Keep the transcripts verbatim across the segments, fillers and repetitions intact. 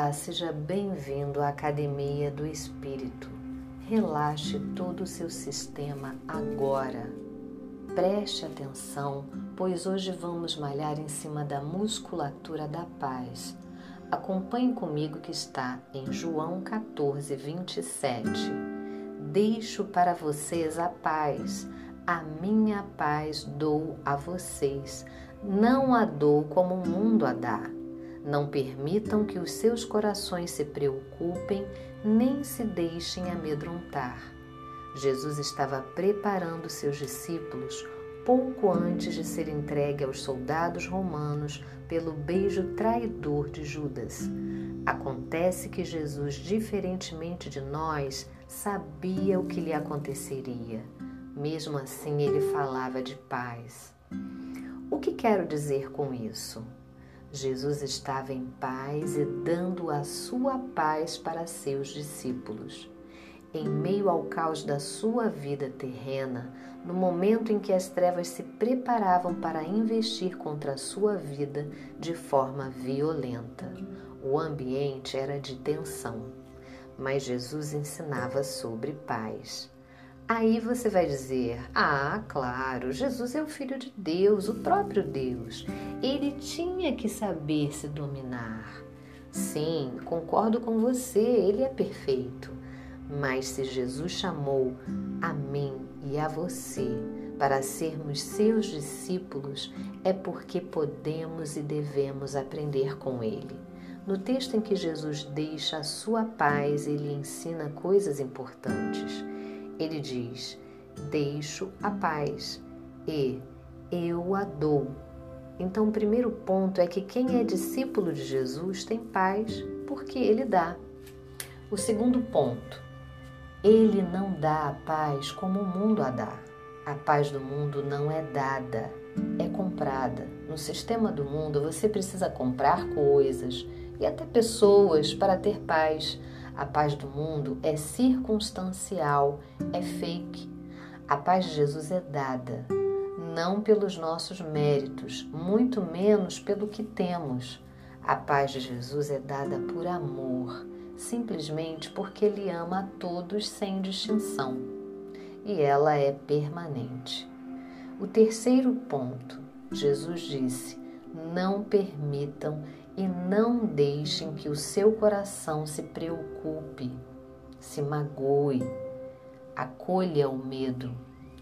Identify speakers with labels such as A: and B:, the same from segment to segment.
A: Olá, seja bem-vindo à Academia do Espírito. Relaxe todo o seu sistema agora. Preste atenção, pois hoje vamos malhar em cima da musculatura da paz. Acompanhe comigo que está em João quatorze, vinte e sete. Deixo para vocês a paz, a minha paz dou a vocês, não a dou como o mundo a dá. Não permitam que os seus corações se preocupem, nem se deixem amedrontar. Jesus estava preparando seus discípulos pouco antes de ser entregue aos soldados romanos pelo beijo traidor de Judas. Acontece que Jesus, diferentemente de nós, sabia o que lhe aconteceria. Mesmo assim, ele falava de paz. O que quero dizer com isso? Jesus estava em paz e dando a sua paz para seus discípulos. Em meio ao caos da sua vida terrena, no momento em que as trevas se preparavam para investir contra a sua vida de forma violenta, o ambiente era de tensão, mas Jesus ensinava sobre paz. Aí você vai dizer, ah, claro, Jesus é o Filho de Deus, o próprio Deus. Ele tinha que saber se dominar. Sim, concordo com você, ele é perfeito. Mas se Jesus chamou a mim e a você para sermos seus discípulos, é porque podemos e devemos aprender com ele. No texto em que Jesus deixa a sua paz, ele ensina coisas importantes. Ele diz, deixo a paz e eu a dou. Então, o primeiro ponto é que quem é discípulo de Jesus tem paz porque ele dá. O segundo ponto, ele não dá a paz como o mundo a dá. A paz do mundo não é dada, é comprada. No sistema do mundo, você precisa comprar coisas e até pessoas para ter paz. A paz do mundo é circunstancial, é fake. A paz de Jesus é dada, não pelos nossos méritos, muito menos pelo que temos. A paz de Jesus é dada por amor, simplesmente porque Ele ama a todos sem distinção. E ela é permanente. O terceiro ponto, Jesus disse, não permitam e não deixem que o seu coração se preocupe, se magoe, acolha o medo.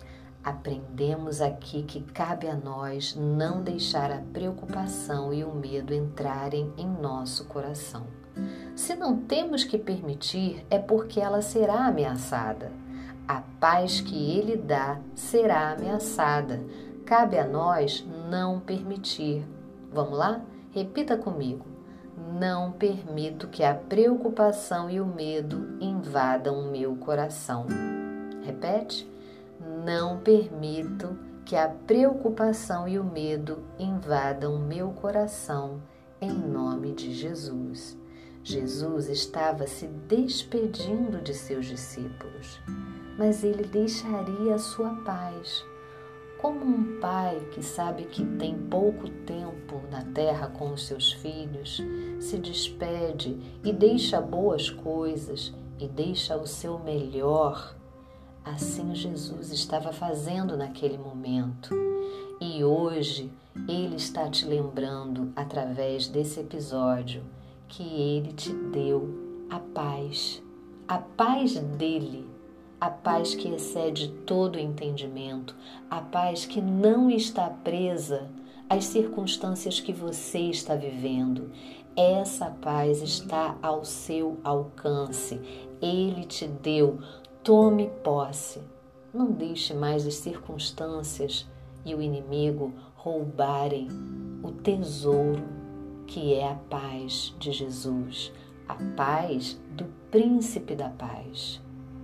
A: Aprendemos aqui que cabe a nós não deixar a preocupação e o medo entrarem em nosso coração. Se não temos que permitir, é porque ela será ameaçada. A paz que Ele dá será ameaçada. Cabe a nós não permitir. Vamos lá? Repita comigo. Não permito que a preocupação e o medo invadam o meu coração. Repete. Não permito que a preocupação e o medo invadam o meu coração, em nome de Jesus. Jesus estava se despedindo de seus discípulos, mas ele deixaria a sua paz. Como um pai que sabe que tem pouco tempo na terra com os seus filhos, se despede e deixa boas coisas e deixa o seu melhor, assim Jesus estava fazendo naquele momento. E hoje Ele está te lembrando, através desse episódio, que Ele te deu a paz, a paz dEle. A paz que excede todo o entendimento, a paz que não está presa às circunstâncias que você está vivendo. Essa paz está ao seu alcance. Ele te deu. Tome posse. Não deixe mais as circunstâncias e o inimigo roubarem o tesouro que é a paz de Jesus, a paz do Príncipe da Paz.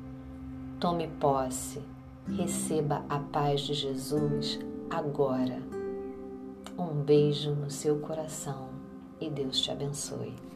A: Tome posse, receba a paz de Jesus agora. Um beijo no seu coração e Deus te abençoe.